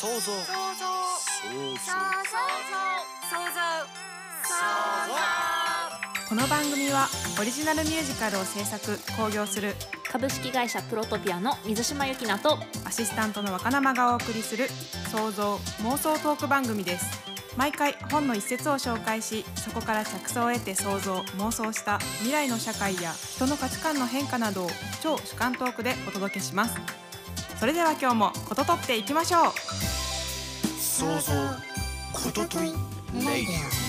想像想像この番組はオリジナルミュージカルを制作興行する株式会社プロトピアの水島由紀奈とアシスタントの若生がお送りする想像妄想トーク番組です。毎回本の一節を紹介し、そこから着想を得て想像妄想した未来の社会や人の価値観の変化などを超主観トークでお届けします。それでは今日もこととっていきましょう。 想像ことといレディ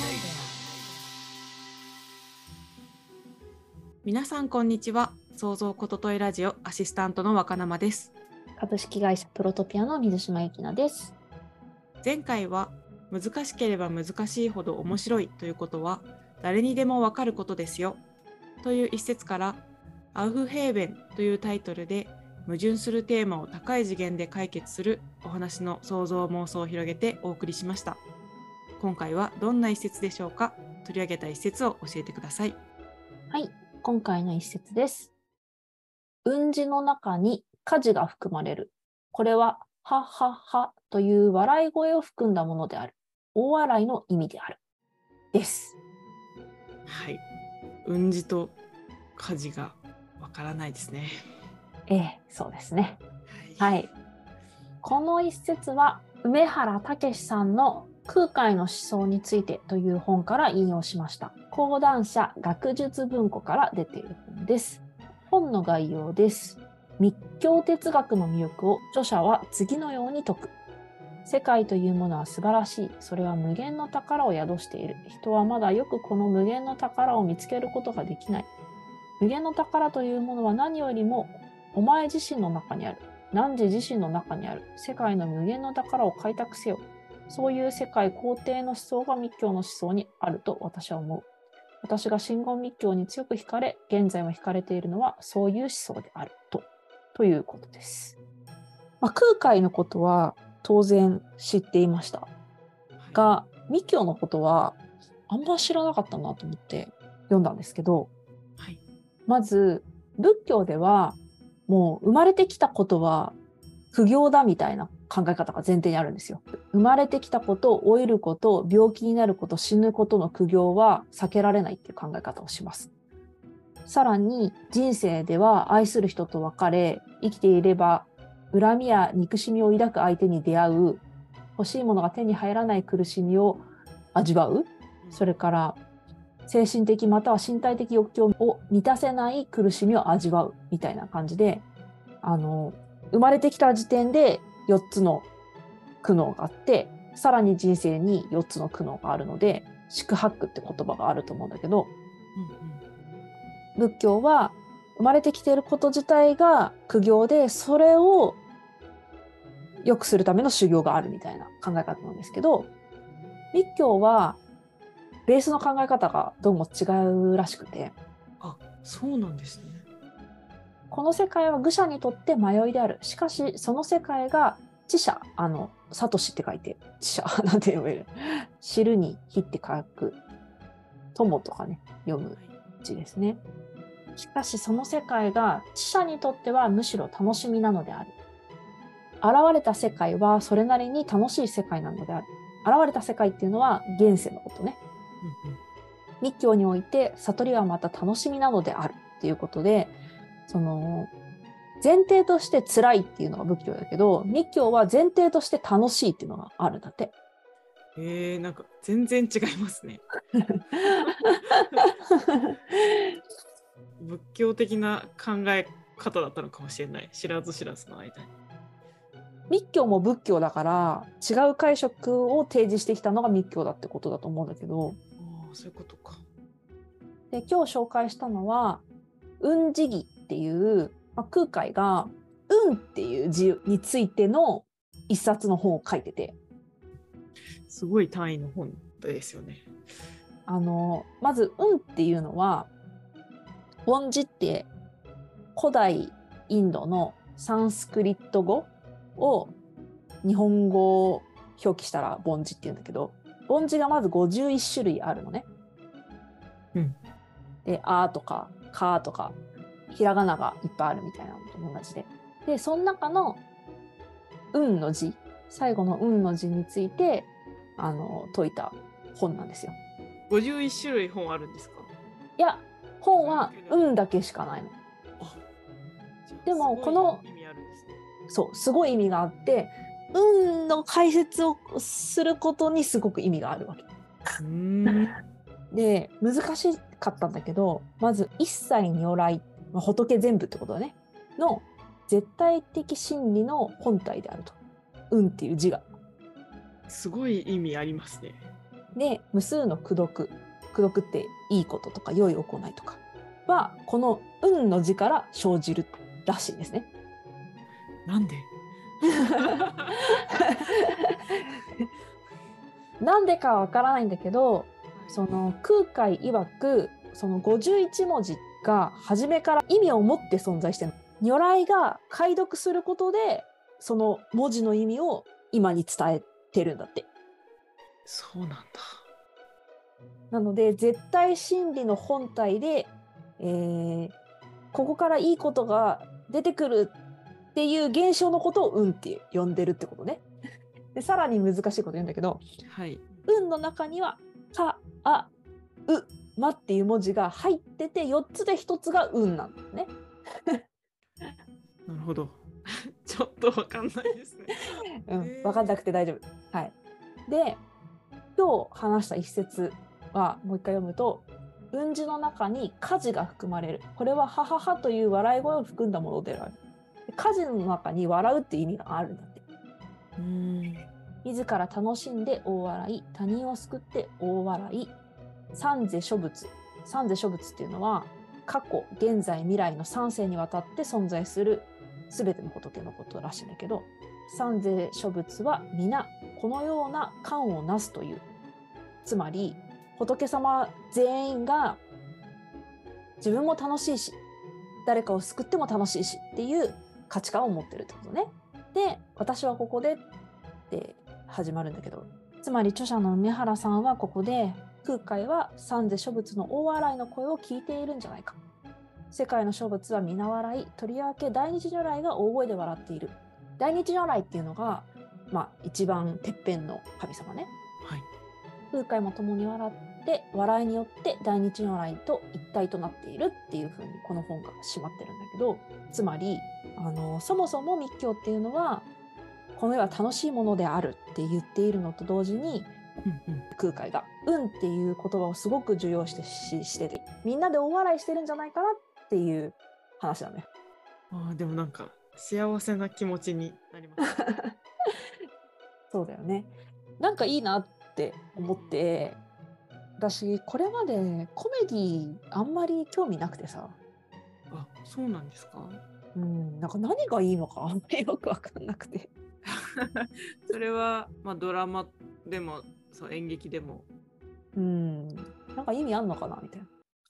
皆さんこんにちは。想像ことといラジオアシスタントの若生です。 株式会社プロトピアの水島由紀奈です。 前回は難しければ難しいほど面白いということは誰にでもわかることですよという一節からアウフヘーベンというタイトルで矛盾するテーマを高い次元で解決するお話の想像妄想を広げてお送りしました。今回はどんな一節でしょうか。取り上げた一節を教えてください。 はい、今回の一節です。雲字の中に火事が含まれる。これははっはっはという笑い声を含んだものである。大笑いの意味である。です。 はい。雲字と火事がわからないですね。 そうですね。はい。この一節は梅原武さんの空海の思想についてという本から引用しました。講談社学術文庫から出ている本です。本の概要です。密教哲学の魅力を著者は次のように説く。世界というものは素晴らしい。それは無限の宝を宿している。人はまだよくこの無限の宝を見つけることができない。無限の宝というものは何よりもお前自身の中にある。汝自身の中にある。世界の無限の宝を開拓せよ。そういう世界肯定の思想が密教の思想にあると私は思う。私が真言密教に強く惹かれ、現在も惹かれているのはそういう思想であるということです。空海のことは当然知っていましたが、密教のことはあんま知らなかったなと思って読んだんですけど、 はい、 まず仏教ではもう生まれてきたことは苦行だみたいな考え方が前提にあるんですよ。生まれてきたこと、老いること、病気になること、死ぬことの苦行は避けられないっていう考え方をします。さらに人生では愛する人と別れ、生きていれば恨みや憎しみを抱く相手に出会う、欲しいものが手に入らない苦しみを味わう、それから精神的または身体的欲求を満たせない苦しみを味わうみたいな感じで、生まれてきた時点で4つの苦悩があって、さらに人生に4つの苦悩があるので、四苦八苦って言葉があると思うんだけど、仏教は生まれてきていること自体が苦行で、それを良くするための修行があるみたいな考え方なんですけど、密教はベースの考え方がどうも違うらしくて。 あ、そうなんですね。 この世界は愚者にとって迷いである。しかしその世界が知者、サトシって書いて知者なんて読める。知るに火って書く友とかね、読む字ですね。しかしその世界が知者にとってはむしろ楽しみなのである。現れた世界はそれなりに楽しい世界なのである。現れた世界っていうのは現世のことね。密教において悟りはまた楽しみなのであるっていうことで、その前提として辛いっていうのが仏教だけど、密教は前提として楽しいっていうのがあるんだって。 なんか全然違いますね。仏教的な考え方だったのかもしれない。知らず知らずの間に。 密教も仏教だから違う解釈を提示してきたのが密教だってことだと思うんだけど。 そういうことか。 で、今日紹介したのは雲字義っていう、空海が雲っていう字についての一冊の本を書いてて、 すごい単位の本ですよね。 まず雲っていうのは、梵字って古代インドのサンスクリット語を日本語を表記したら梵字っていうんだけど、梵字がまず51種類あるのね。で、あとかかとかひらがながいっぱいあるみたいなのと同じで。で、その中の運の字、 最後の運の字について説いた本なんですよ。 51種類本あるんですか？ いや、本は運だけしかないの。でもこの意味あるんですね。 そうすごい意味があって、運の解説をすることにすごく意味があるわけ。で難しかったんだけど、まず一切如来、仏全部ってことだねの絶対的真理の本体であると、運っていう字が。 すごい意味ありますね。 で無数の功徳っていいこととか良い行いとかはこの運の字から生じるらしいんですね。 なんでなんでかはわからないんだけど、その空海曰くその51文字が初めから意味を持って存在している。如来が解読することでその文字の意味を今に伝えてるんだって。 そうなんだ。 なので絶対真理の本体で、ここからいいことが出てくるっていう現象のことを運って呼んでるってことね。でさらに難しいこと言うんだけど、 はい、 運の中にはか、あ、う、まっていう文字が入ってて4つで1つが運なんだよね。 なるほど。ちょっとわかんないですね。 分かんなくて大丈夫。はい。で今日話した一節はもう一回読むと、運字の中に火事が含まれる。これははははという笑い声を含んだものである。火事の中に笑うっていう意味があるんだって。自ら楽しんで大笑い、他人を救って大笑い。三世諸仏っていうのは過去現在未来の3世にわたって存在する全ての仏のことらしいんだけど、三世諸仏は皆このような観をなすという、つまり仏様全員が自分も楽しいし誰かを救っても楽しいしっていう価値観を持ってるってことね。で私はここでって始まるんだけど、つまり著者の梅原さんはここで空海は三世諸仏の大笑いの声を聞いているんじゃないか。世界の諸仏は皆笑い、とりわけ大日如来が大声で笑っている。大日如来っていうのが、一番てっぺんの神様ね。 はい、 空海も共に笑って笑いによって大日如来と一体となっているっていうふうにこの本が締まってるんだけど、つまりそもそも密教っていうのはこの世は楽しいものであるって言っているのと同時に、空海が運っていう言葉をすごく重要してて、みんなで大笑いしてるんじゃないかなっていう話だね。 でもなんか幸せな気持ちになりますそうだよね。なんかいいなって思って、私これまでコメディあんまり興味なくてさ。 あ、そうなんですか？ なんか何がいいのかあんまりよく分かんなくてそれは、ドラマでもそう演劇でもなんか意味あんのかなみたいな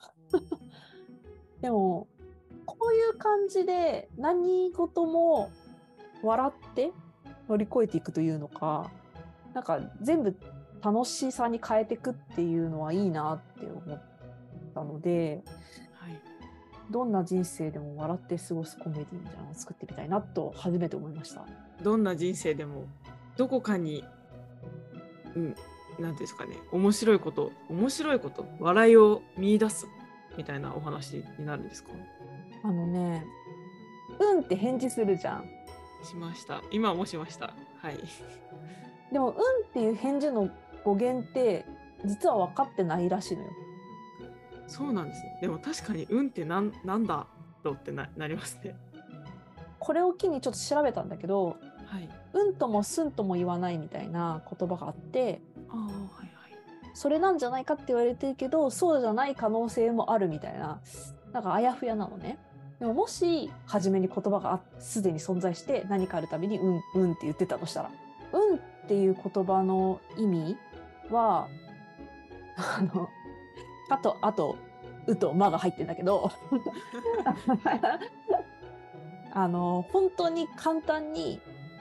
でもこういう感じで何事も笑って乗り越えていくというのか、なんか全部楽しさに変えていくっていうのはいいなって思ったので、 はい、 どんな人生でも笑って過ごすコメディみたいなのを作ってみたいなと初めて思いました。 どんな人生でもどこかに、なんていうんですかね、面白いこと笑いを見出すみたいなお話になるんですか？ うんって返事するじゃん。 しました。今もしました。はい。 でもうんっていう返事の語源って実は分かってないらしいのよ。 そうなんですね。でも確かにうんってなんだろうって なりますね。 これを機にちょっと調べたんだけど、 はい、 うんともすんとも言わないみたいな言葉があって、 はいはい、 それなんじゃないかって言われてるけどそうじゃない可能性もあるみたいな、なんかあやふやなのね。でももし初めに言葉がすでに存在して何かあるたびにうんうんって言ってたとしたら、うんっていう言葉の意味はあとうとまが入ってるんだけど本当に簡単に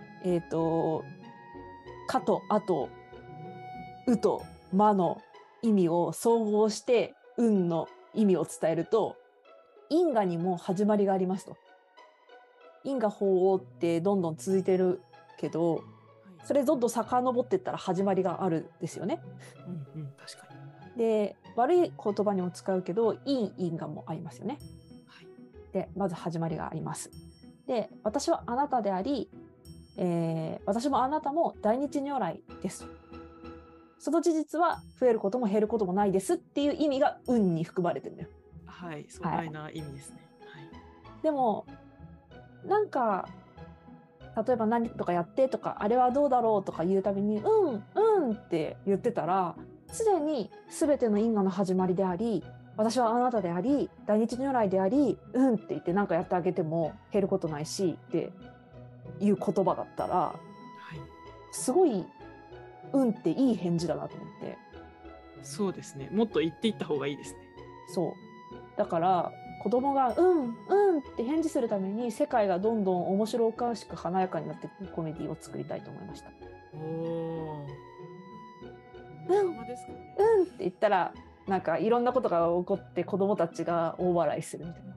かとあとうとまの意味を総合して運の意味を伝えると、因果にも始まりがありますと。因果報応ってどんどん続いてるけど、 それどんどん遡っていったら始まりがあるですよね。 うんうん、確かに。 で悪い言葉にも使うけどいい因果もありますよね。 はい。 でまず始まりがあります。で私はあなたであり、私もあなたも大日如来ですと。その事実は増えることも減ることもないですっていう意味が運に含まれてるんだよ。 はい、壮大な意味ですね。はい。 でもなんか例えば何とかやってとかあれはどうだろうとか言うたびにうんって言ってたらすでに全ての因果の始まりであり私はあなたであり大日如来でありって言って何かやってあげても減ることないしっていう言葉だったらはい。 すごいっていい返事だなと思って。 そうですね。もっと言っていった方がいいですね。 そうだから子供がって返事するために世界がどんどん面白おかしく華やかになっていくコメディを作りたいと思いました。 おー。 うんドラマですかね。 って言ったらなんかいろんなことが起こって子供たちが大笑いするみたいな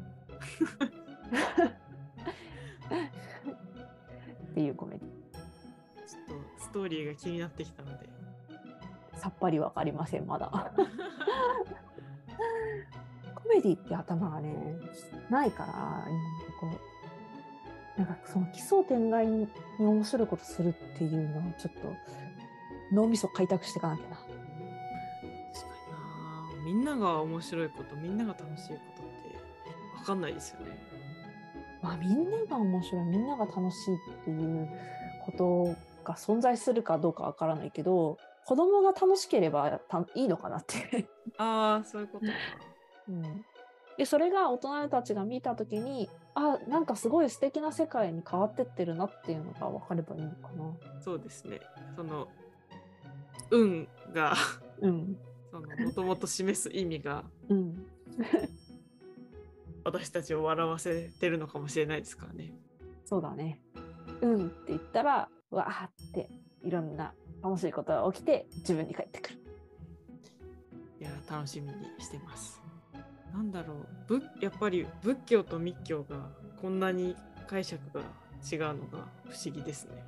っていうコメディ。 ちょっとストーリーが気になってきたので。 さっぱりわかりませんまだコメディって頭がねないから今のところなんかその奇想天外に面白いことするっていうのをちょっと脳みそ開拓していかなきゃな。 確かにな。みんなが面白いことみんなが楽しいことって分かんないですよね。 まあみんなが面白いみんなが楽しいっていうことが存在するかどうかわからないけど子供が楽しければいいのかなってああ、そういうことか。 でそれが大人たちが見た時になんかすごい素敵な世界に変わってってるなっていうのが分かればいいのかな。 そうですね。その運がそのもともと示す意味が私たちを笑わせてるのかもしれないですからね。 そうだね。って言ったらわーっていろんな楽しいことが起きて自分に返ってくる。 いや楽しみにしてます。なんだろうやっぱり仏教と密教がこんなに解釈が違うのが不思議ですね。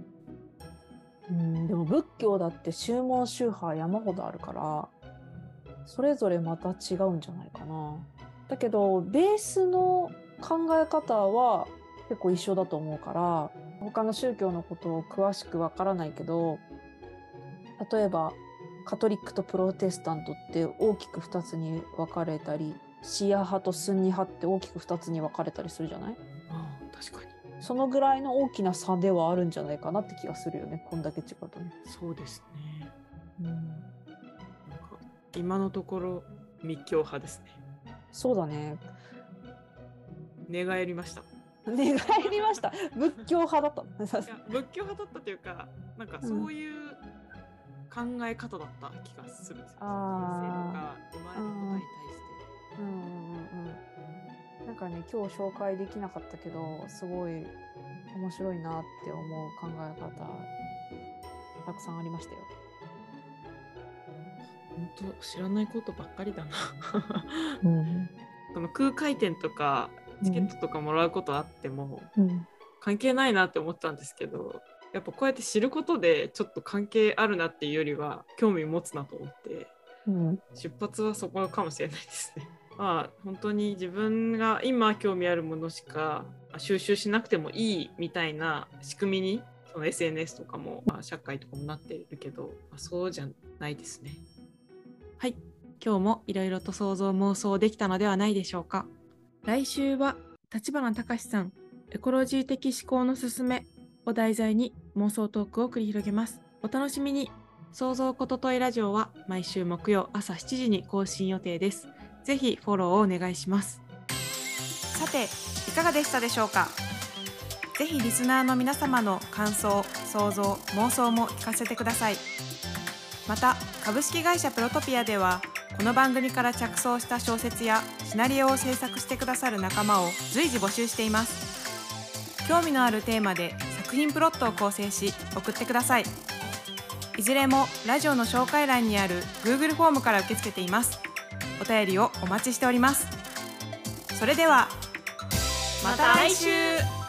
でも仏教だって宗門宗派山ほどあるからそれぞれまた違うんじゃないかな。だけどベースの考え方は結構一緒だと思うから他の宗教のことを詳しくわからないけど例えばカトリックとプロテスタントって大きく2つに分かれたりシーア派とスンニ派って大きく2つに分かれたりするじゃない？ ああ確かにそのぐらいの大きな差ではあるんじゃないかなって気がするよねこんだけ違うとね。 そうですね。なんか今のところ密教派ですね。 そうだね。 寝返りました。 寝返りました。仏教派だった。 いや仏教派だったというかなんかそういう考え方だった気がするんですよ。人生とか生まれたことに対して。 なんかね今日紹介できなかったけどすごい面白いなって思う考え方たくさんありましたよ。 本当知らないことばっかりだな。 うんその空回転とかチケットとかもらうことあっても、 うん関係ないなって思ったんですけどやっぱこうやって知ることでちょっと関係あるなっていうよりは興味持つなと思って、出発はそこかもしれないですね。まあ本当に自分が今興味あるものしか収集しなくてもいいみたいな仕組みにその SNS とかも、社会とかもなってるけど、そうじゃないですね。はい、今日もいろいろと想像妄想できたのではないでしょうか。来週は立花隆さんエコロジー的思考のすすめを題材に妄想トークを繰り広げます。お楽しみに。想像ことといラジオは毎週木曜朝7時に更新予定です。ぜひフォローをお願いします。さていかがでしたでしょうか。ぜひリスナーの皆様の感想、想像、妄想も聞かせてください。また株式会社プロトピアではこの番組から着想した小説やシナリオを制作してくださる仲間を随時募集しています。興味のあるテーマで作品プロットを構成し送ってください。いずれもラジオの紹介欄にある Google フォームから受け付けています。お便りをお待ちしております。それではまた来週。